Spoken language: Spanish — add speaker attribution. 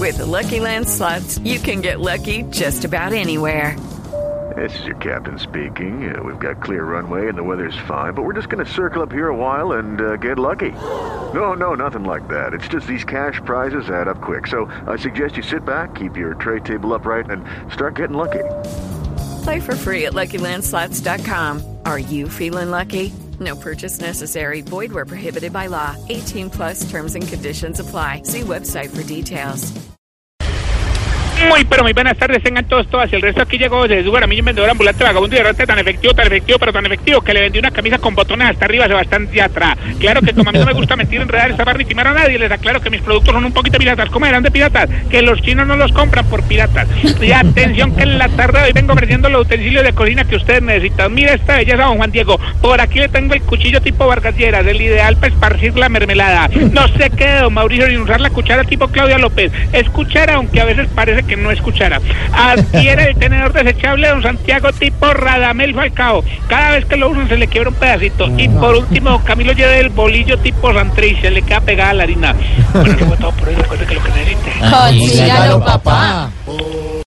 Speaker 1: With the Lucky Land Slots, you can get lucky just about anywhere.
Speaker 2: This is your captain speaking. We've got clear runway and the weather's fine, but we're just going to circle up here a while and get lucky. No, nothing like that. It's just these cash prizes add up quick. So I suggest you sit back, keep your tray table upright, and start getting lucky.
Speaker 1: Play for free at LuckyLandSlots.com. Are you feeling lucky? No purchase necessary. Void where prohibited by law. 18 plus terms and conditions apply. See website for details.
Speaker 3: Muy buenas tardes, tengan todos el resto aquí llegó desde Bugaramillo, vendedor ambulante, vagabundo y errante tan efectivo, pero tan efectivo que le vendí una camisa con botones hasta arriba, Sebastián Yatra. Claro que como a mí no me gusta mentir, enredar, estafar ni timar a nadie, les aclaro que mis productos son un poquito piratas. ¿Cómo eran de piratas? Que los chinos no los compran por piratas. Y atención que en la tarde de hoy vengo ofreciendo los utensilios de cocina que ustedes necesitan. Mira esta belleza, don Juan Diego. Por aquí le tengo el cuchillo tipo Vargas Lleras, el ideal para esparcir la mermelada. No se quede, don Mauricio, sin usar la cuchara tipo Claudia López. Es cuchara, aunque a veces parece que no es cuchara. Adquiere el tenedor desechable don Santiago tipo Radamel Falcao. Cada vez que lo usan se le quiebra un pedacito. Y por último, Camilo lleva el bolillo tipo Santrich, se le queda pegada la harina. Bueno, eso fue todo por hoy. Recuerde que lo que necesite.
Speaker 4: Consígalo, papá.